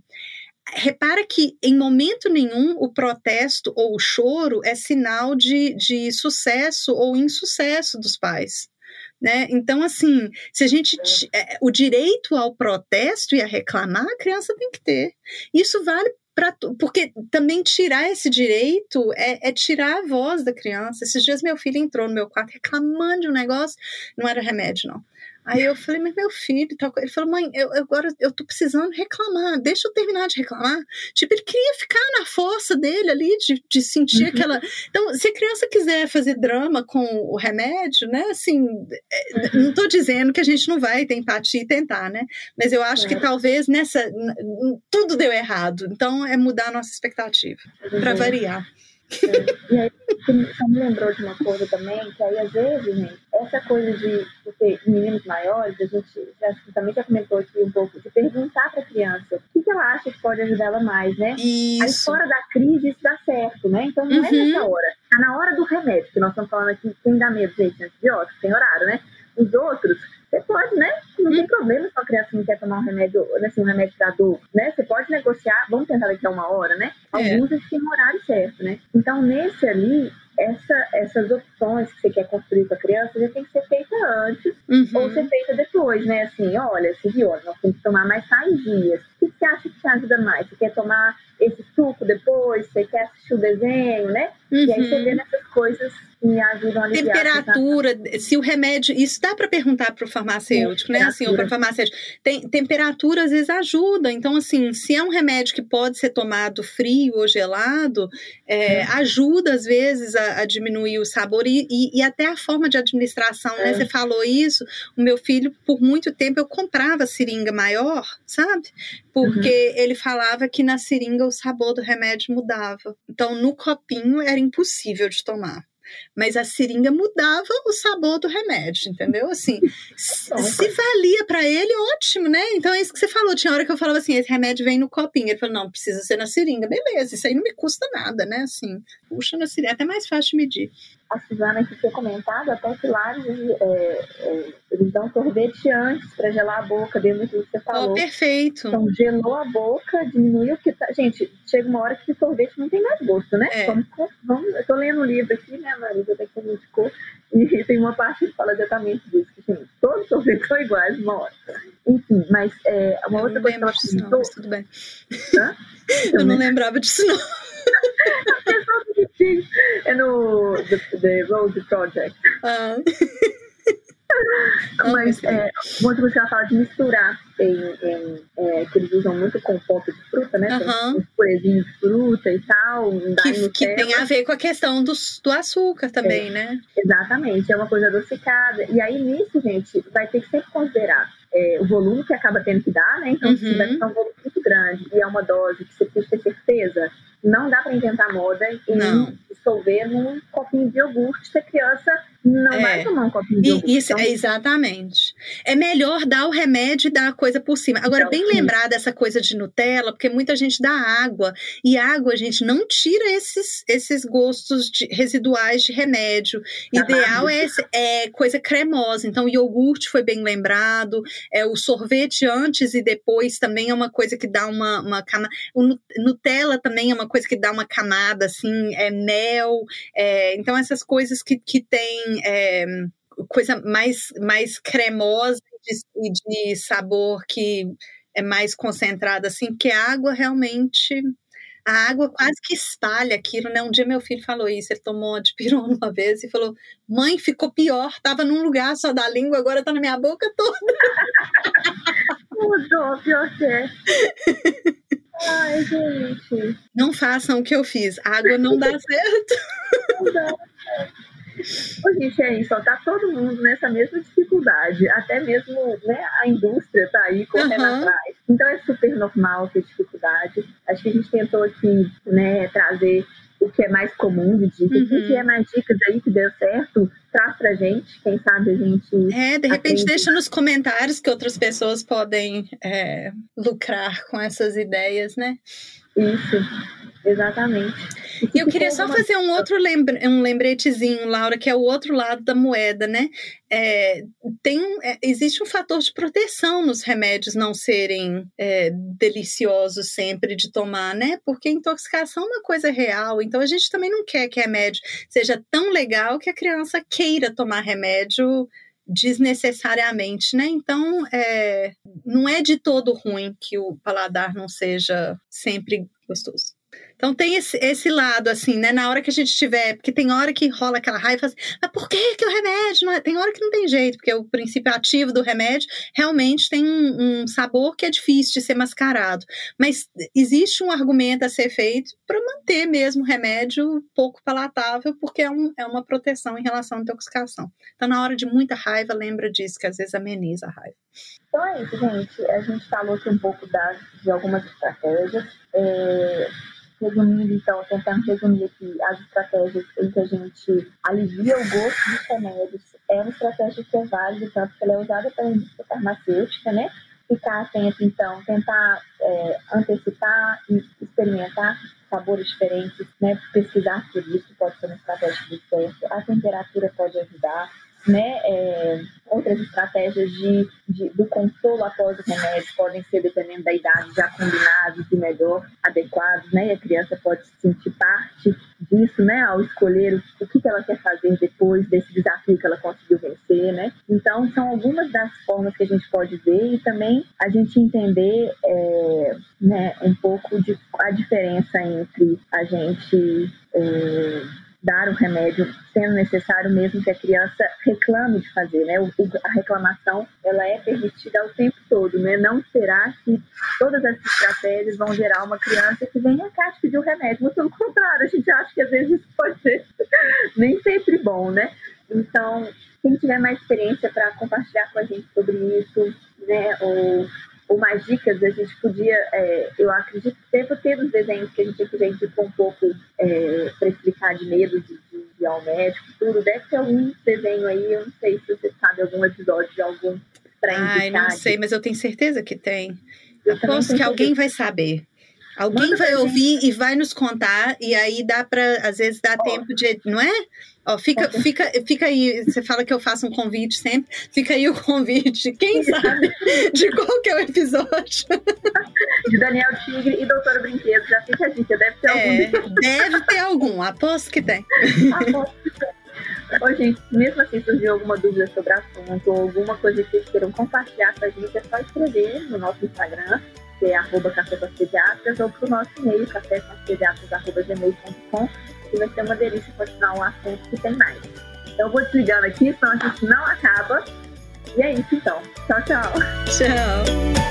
D: repara que em momento nenhum o protesto ou o choro é sinal de sucesso ou insucesso dos pais. Né? Então, assim, se a gente o direito ao protesto e a reclamar, a criança tem que ter. Isso vale porque também tirar esse direito é tirar a voz da criança. Esses dias meu filho entrou no meu quarto reclamando de um negócio, não era remédio, não. Aí eu falei, mas meu filho, ele falou, mãe, agora eu tô precisando reclamar, deixa eu terminar de reclamar. Tipo, ele queria ficar na força dele ali, de sentir aquela... Então, se a criança quiser fazer drama com o remédio, né, assim, não tô dizendo que a gente não vai ter empatia e tentar, né, mas eu acho que talvez tudo deu errado, então é mudar a nossa expectativa, para variar.
C: E aí, você me lembrou de uma coisa também, que aí às vezes, gente, essa coisa de meninos maiores, a gente também já comentou aqui um pouco, de perguntar para a criança o que ela acha que pode ajudar ela mais, né?
D: Isso.
C: Aí fora da crise isso dá certo, né? Então não é nessa hora, tá na hora do remédio, que nós estamos falando aqui, quem dá medo, gente, antibiótico, tem horário, né? Os outros, você pode, né? Não tem problema se uma criança não quer tomar um remédio, assim, um remédio para dor, né? Você pode negociar, vamos tentar daqui a 1 hora, né? Alguns têm um horário certo, né? Então, nesse ali, essas opções que você quer construir com a criança já tem que ser feita antes ou ser feita depois, né? Assim, olha, nós temos que tomar mais tais dias. O que você acha que te ajuda mais? Você quer tomar esse suco depois? Você quer assistir o desenho, né? E aí você vê nessas coisas que ajudam a aliviar.
D: Temperatura, se o remédio... Isso dá para perguntar para o farmacêutico, né? Assim, ou para farmacêutico. Temperatura, às vezes, ajuda. Então, assim, se é um remédio que pode ser tomado frio ou gelado, ajuda, às vezes, a diminuir o sabor e até a forma de administração, né? Você falou isso. O meu filho, por muito tempo, eu comprava seringa maior, sabe? Porque ele falava que na seringa o sabor do remédio mudava. Então, no copinho era impossível de tomar. Mas a seringa mudava o sabor do remédio, entendeu? Assim, se valia para ele, ótimo, né? Então é isso que você falou. Tinha hora que eu falava assim, esse remédio vem no copinho. Ele falou, não, precisa ser na seringa. Beleza, isso aí não me custa nada, né? Assim, puxa na seringa, é até mais fácil de medir.
C: A Suzana aqui tinha comentado até que lá eles dão sorvete antes para gelar a boca, dentro do que você falou.
D: Oh, perfeito.
C: Então, gelou a boca, diminuiu, porque gente, chega uma hora que o sorvete não tem mais gosto, né? Eu tô lendo um livro aqui, né, Marisa, até que me indicou, e tem uma parte que fala exatamente disso, que gente, todos os sorvetes são iguais uma hora. Enfim, mas uma outra coisa que ela comentou...
D: Mas tudo bem.
C: Hã?
D: Eu não lembrava disso, não.
C: É no The Road Project. Mas uma outra coisa que ela fala de misturar, que eles usam muito composto de fruta, né? Tem uns purezinhos de fruta e tal.
D: Que tem a ver com a questão do açúcar também, né?
C: Exatamente, é uma coisa adocicada. E aí nisso, gente, vai ter que sempre considerar o volume que acaba tendo que dar, né? Então, se vai ficar um volume muito grande e é uma dose que você precisa ter certeza, não dá para inventar moda e dissolver num copinho de iogurte se a criança não vai tomar um copinho de iogurte.
D: Isso, exatamente. É melhor dar o remédio e dar a coisa por cima. Agora, bem lembrar dessa coisa de Nutella, porque muita gente dá água. E água, gente, não tira esses gostos residuais de remédio. Ideal é coisa cremosa. Então, o iogurte foi bem lembrado. O sorvete antes e depois também é uma coisa que dá uma camada. O Nutella também é uma coisa que dá uma camada, assim, mel. Então, essas coisas que tem coisa mais cremosa e de sabor que é mais concentrada, assim, porque a água realmente... A água quase que espalha aquilo, né? Um dia meu filho falou isso, ele tomou dipirona uma vez e falou, mãe, ficou pior, tava num lugar só da língua, agora tá na minha boca toda.
C: Mudou, pior que é. Ai, gente.
D: Não façam o que eu fiz, a água não dá certo.
C: Não dá certo. Gente, é isso, tá todo mundo nessa mesma dificuldade, até mesmo, né, a indústria tá aí correndo atrás, então é super normal ter dificuldade. Acho que a gente tentou aqui, né, trazer o que é mais comum de dicas, quem tiver mais dicas aí que deu certo, traz pra gente, quem sabe a gente...
D: de repente deixa nos comentários que outras pessoas podem lucrar com essas ideias, né?
C: Isso. Exatamente.
D: E eu queria só fazer um lembretezinho, Laura, que é o outro lado da moeda, né? Existe um fator de proteção nos remédios não serem deliciosos sempre de tomar, né? Porque intoxicação é uma coisa real, então a gente também não quer que remédio seja tão legal que a criança queira tomar remédio desnecessariamente, né? Então, não é de todo ruim que o paladar não seja sempre gostoso. Então tem esse lado, assim, né? Na hora que a gente tiver... Porque tem hora que rola aquela raiva, assim, mas por que o remédio não é? Tem hora que não tem jeito, porque o princípio ativo do remédio realmente tem um sabor que é difícil de ser mascarado. Mas existe um argumento a ser feito para manter mesmo o remédio pouco palatável, porque é uma proteção em relação à intoxicação. Então, na hora de muita raiva, lembra disso, que às vezes ameniza a raiva.
C: Então é isso, gente. A gente falou aqui um pouco de algumas estratégias. Resumindo, então, tentando resumir aqui as estratégias em que a gente alivia o gosto dos remédios. É uma estratégia que é válida, tanto que ela é usada pela indústria farmacêutica, né? Ficar atento, então, tentar antecipar e experimentar sabores diferentes, né? Pesquisar por isso pode ser uma estratégia de certo. A temperatura pode ajudar, né? Outras estratégias do consolo após o remédio podem ser, dependendo da idade, já combinados e melhor adequados, né? E a criança pode se sentir parte disso, né? Ao escolher o que ela quer fazer depois desse desafio que ela conseguiu vencer, né? Então, são algumas das formas que a gente pode ver e também a gente entender né, um pouco a diferença entre a gente... dar o remédio sendo necessário mesmo que a criança reclame de fazer, né? A reclamação, ela é permitida o tempo todo, né? Não será que todas essas estratégias vão gerar uma criança que venha cá te pedir o remédio. Muito pelo contrário, a gente acha que às vezes isso pode ser nem sempre bom, né? Então, quem tiver mais experiência para compartilhar com a gente sobre isso, né? Ou mais dicas, a gente podia, eu acredito que deve ter os desenhos que a gente aqui já indicou um pouco para explicar de medo de ir ao médico, tudo. Deve ter algum desenho aí, eu não sei se você sabe algum episódio de algum para indicar.
D: Ai, não sei, mas eu tenho certeza que tem. Eu aposto que alguém vai saber. Alguém vai ouvir e vai nos contar, e aí dá para, às vezes, dá tempo de, não é? Ó, fica aí, você fala que eu faço um convite sempre, fica aí o convite, quem sabe, de qual que é o episódio.
C: De Daniel Tigre e Doutora Brinquedo, já fica a dica, deve ter algum.
D: Deve ter algum, aposto que tem.
C: Aposto que tem. Ô, gente, mesmo assim, se surgiu alguma dúvida sobre o assunto ou alguma coisa que vocês queiram compartilhar com a gente, é só escrever no nosso Instagram, que é @cafécompediatras, ou pro nosso e-mail, cafécompediatras@gmail.com, e vai ser uma delícia continuar um assunto que tem mais. Então eu vou desligando aqui, senão a gente não acaba, E é isso então. Tchau, tchau.
D: Tchau.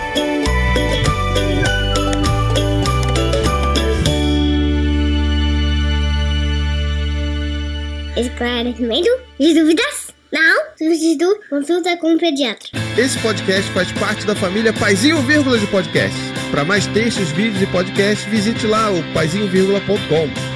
A: Esclarecimento de dúvidas? Não, substitui consulta com o pediatra.
E: Esse podcast faz parte da família Paizinho Vírgula de Podcast. Para mais textos, vídeos e podcasts, visite lá o paizinho.com.